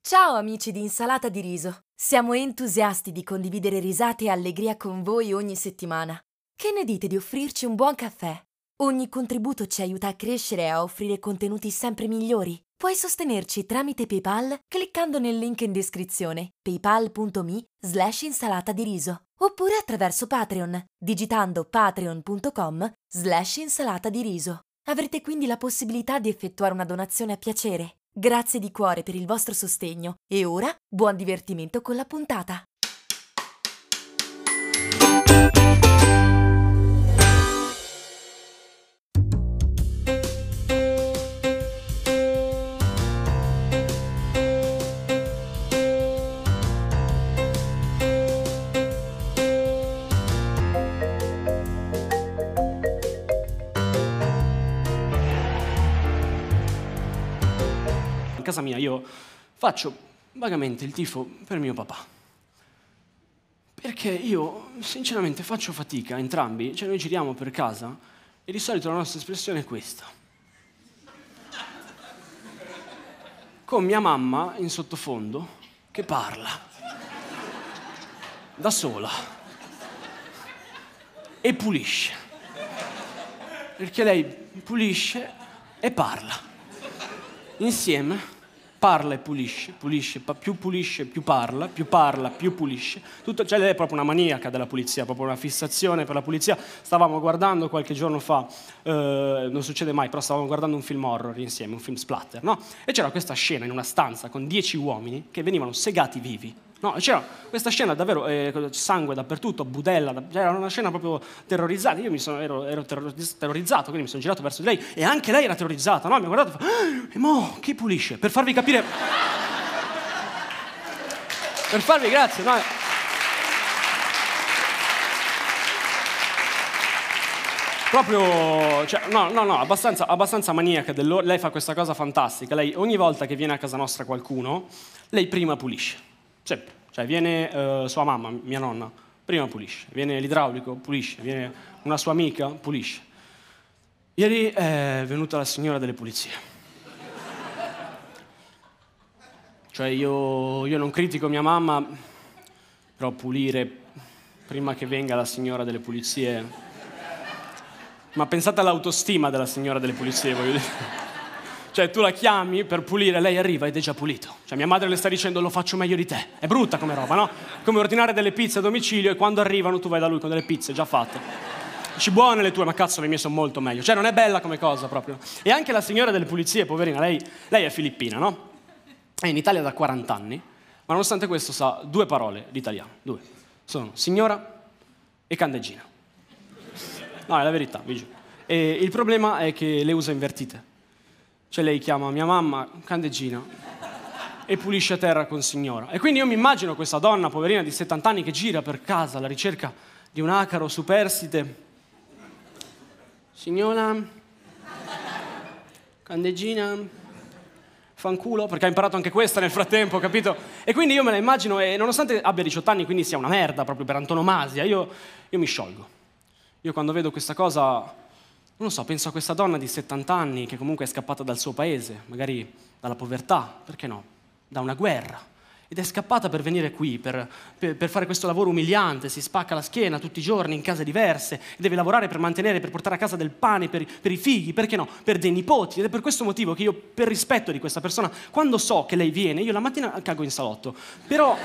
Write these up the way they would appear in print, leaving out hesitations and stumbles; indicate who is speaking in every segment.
Speaker 1: Ciao amici di Insalata di Riso! Siamo entusiasti di condividere risate e allegria con voi ogni settimana. Che ne dite di offrirci un buon caffè? Ogni contributo ci aiuta a crescere e a offrire contenuti sempre migliori. Puoi sostenerci tramite PayPal cliccando nel link in descrizione paypal.me/insalata di riso oppure attraverso Patreon digitando patreon.com/insalata di riso. Avrete quindi la possibilità di effettuare una donazione a piacere. Grazie di cuore per il vostro sostegno e ora buon divertimento con la puntata.
Speaker 2: In casa mia io faccio vagamente il tifo per mio papà. Perché io sinceramente faccio fatica, entrambi, cioè noi giriamo per casa e di solito la nostra espressione è questa. Con mia mamma in sottofondo che parla. Da sola. E pulisce. Perché lei pulisce e parla. Insieme parla e pulisce, più pulisce più parla, più pulisce. Tutto, cioè lei è proprio una maniaca della pulizia, proprio una fissazione per la pulizia. Stavamo guardando qualche giorno fa, non succede mai, però stavamo guardando un film horror insieme, un film splatter, no? E c'era questa scena in una stanza con 10 uomini che venivano segati vivi. No, c'era questa scena davvero, sangue dappertutto, budella, era una scena proprio terrorizzante. Io ero terrorizzato, quindi mi sono girato verso di lei e anche lei era terrorizzata, no? Mi ha guardato e fa, e mo, chi pulisce? Per farvi capire... per farvi, grazie, no? Proprio, cioè, no, abbastanza maniaca dell'ora. Lei fa questa cosa fantastica. Lei, ogni volta che viene a casa nostra qualcuno, lei prima pulisce. Sempre. Cioè viene sua mamma, mia nonna, prima pulisce. Viene l'idraulico, pulisce. Viene una sua amica, pulisce. Ieri è venuta la signora delle pulizie. Cioè io non critico mia mamma, però pulire prima che venga la signora delle pulizie... Ma pensate all'autostima della signora delle pulizie, voglio dire. Cioè, tu la chiami per pulire, lei arriva ed è già pulito. Cioè, mia madre le sta dicendo, lo faccio meglio di te. È brutta come roba, no? Come ordinare delle pizze a domicilio e quando arrivano tu vai da lui con delle pizze già fatte. Dici, buone le tue, ma cazzo, le mie sono molto meglio. Cioè, non è bella come cosa, proprio. E anche la signora delle pulizie, poverina, lei è filippina, no? È in Italia da 40 anni, ma nonostante questo sa 2 parole di italiano. 2. Sono signora e candeggina. No, è la verità, vi giuro. E il problema è che le usa invertite. Cioè lei chiama mia mamma candeggina e pulisce a terra con signora. E quindi io mi immagino questa donna, poverina di 70 anni, che gira per casa alla ricerca di un acaro superstite. Signora, candeggina, fanculo, perché ha imparato anche questa nel frattempo, capito? E quindi io me la immagino e nonostante abbia 18 anni, quindi sia una merda proprio per antonomasia, io mi sciolgo. Io quando vedo questa cosa... Non lo so, penso a questa donna di 70 anni che comunque è scappata dal suo paese, magari dalla povertà, perché no? Da una guerra. Ed è scappata per venire qui, per fare questo lavoro umiliante, si spacca la schiena tutti i giorni in case diverse, deve lavorare per mantenere, per portare a casa del pane per i figli, perché no? Per dei nipoti. Ed è per questo motivo che io, per rispetto di questa persona, quando so che lei viene, io la mattina cago in salotto. Però...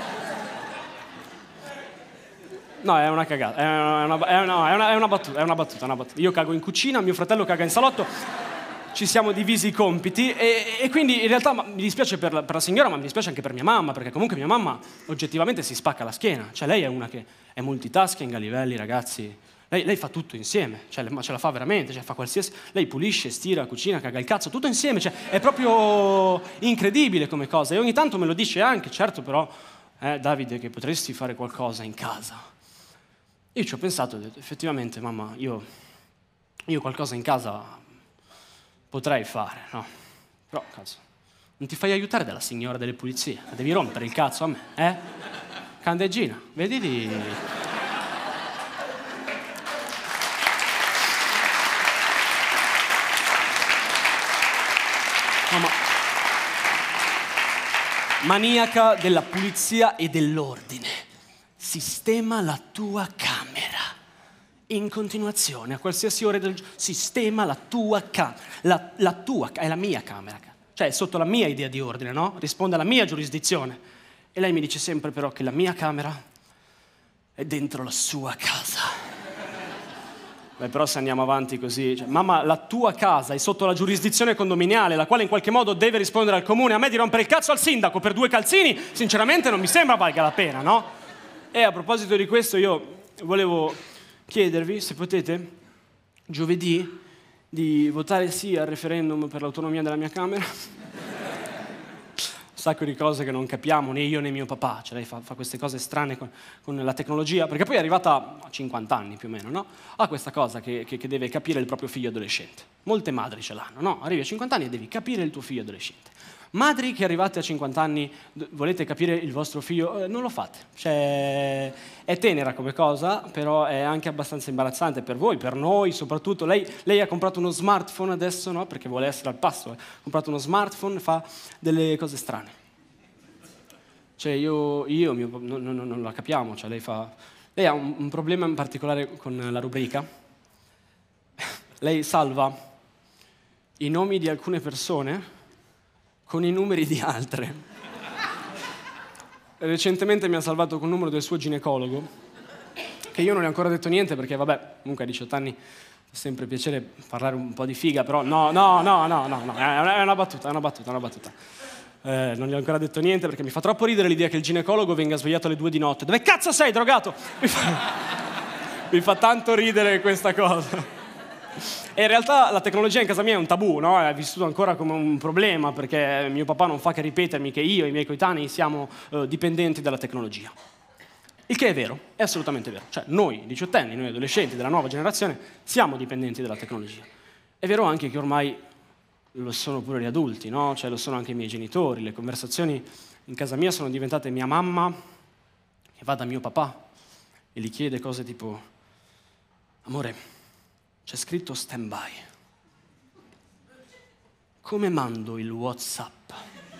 Speaker 2: No, è una cagata, è una battuta. Io cago in cucina, mio fratello caga in salotto, ci siamo divisi i compiti e quindi in realtà mi dispiace per la signora, ma mi dispiace anche per mia mamma, perché comunque mia mamma oggettivamente si spacca la schiena. Cioè lei è una che è multitasking a livelli, ragazzi. Lei fa tutto insieme, cioè, ma ce la fa veramente, cioè fa qualsiasi... Lei pulisce, stira, cucina, caga il cazzo, tutto insieme, cioè è proprio incredibile come cosa. E ogni tanto me lo dice anche, certo però, Davide, che potresti fare qualcosa in casa. Io ci ho pensato e ho detto, effettivamente, mamma, io qualcosa in casa potrei fare, no? Però, cazzo, non ti fai aiutare dalla signora delle pulizie? La devi rompere il cazzo a me, eh? Candeggina, vedi di... maniaca della pulizia e dell'ordine. Sistema la tua camera. In continuazione, a qualsiasi ora del giorno, sistema la tua camera. La tua, è la mia camera. Cioè, è sotto la mia idea di ordine, no? Risponde alla mia giurisdizione. E lei mi dice sempre però che la mia camera è dentro la sua casa. Beh, però se andiamo avanti così, cioè, mamma, la tua casa è sotto la giurisdizione condominiale, la quale in qualche modo deve rispondere al comune. A me di rompere il cazzo al sindaco per 2 calzini, sinceramente non mi sembra valga la pena, no? E a proposito di questo, io volevo chiedervi se potete, giovedì, di votare sì al referendum per l'autonomia della mia Camera. Un sacco di cose che non capiamo, né io né mio papà, cioè lei fa queste cose strane con la tecnologia, perché poi è arrivata a 50 anni più o meno, no? Ha questa cosa che deve capire il proprio figlio adolescente. Molte madri ce l'hanno, no? Arrivi a 50 anni e devi capire il tuo figlio adolescente. Madri che arrivate a 50 anni volete capire il vostro figlio, non lo fate. Cioè, è tenera come cosa, però è anche abbastanza imbarazzante per voi, per noi soprattutto. Lei ha comprato uno smartphone adesso, no? Perché vuole essere al passo. Ha comprato uno smartphone, fa delle cose strane. Cioè non la capiamo. Cioè lei ha un problema in particolare con la rubrica. Lei salva i nomi di alcune persone con i numeri di altre. Recentemente mi ha salvato con il numero del suo ginecologo, che io non le ho ancora detto niente perché, vabbè, comunque a 18 anni fa sempre piacere parlare un po' di figa, però no, è una battuta. Non gli ho ancora detto niente perché mi fa troppo ridere l'idea che il ginecologo venga svegliato alle 2 di notte. Dove cazzo sei, drogato? Mi fa tanto ridere questa cosa. E in realtà la tecnologia in casa mia è un tabù, no? È vissuto ancora come un problema perché mio papà non fa che ripetermi che io e i miei coetanei siamo dipendenti dalla tecnologia. Il che è vero, è assolutamente vero. Cioè noi diciottenni, noi adolescenti della nuova generazione siamo dipendenti dalla tecnologia. È vero anche che ormai lo sono pure gli adulti, no? Cioè lo sono anche i miei genitori. Le conversazioni in casa mia sono diventate mia mamma che va da mio papà e gli chiede cose tipo: amore, c'è scritto stand by. Come mando il WhatsApp?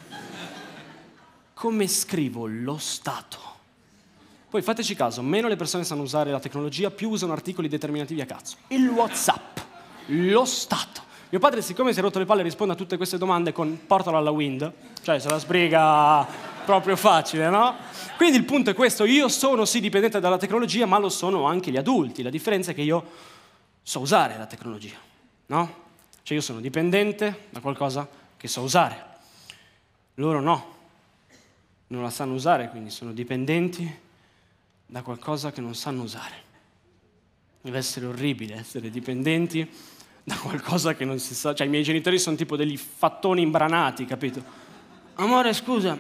Speaker 2: Come scrivo lo stato? Poi fateci caso, meno le persone sanno usare la tecnologia, più usano articoli determinativi a cazzo. Il WhatsApp, lo stato. Mio padre, siccome si è rotto le palle, risponde a tutte queste domande con portalo alla Wind, cioè se la sbriga proprio facile, no? Quindi il punto è questo: io sono sì dipendente dalla tecnologia, ma lo sono anche gli adulti. La differenza è che io so usare la tecnologia, no? Cioè io sono dipendente da qualcosa che so usare. Loro no, non la sanno usare, quindi sono dipendenti da qualcosa che non sanno usare. Deve essere orribile essere dipendenti da qualcosa che non si sa. Cioè i miei genitori sono tipo degli fattoni imbranati, capito? Amore, scusa.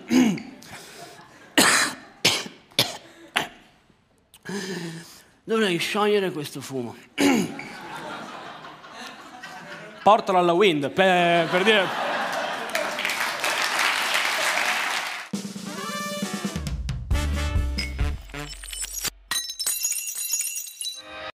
Speaker 2: Dovrei sciogliere questo fumo. Portalo alla Wind, per dire...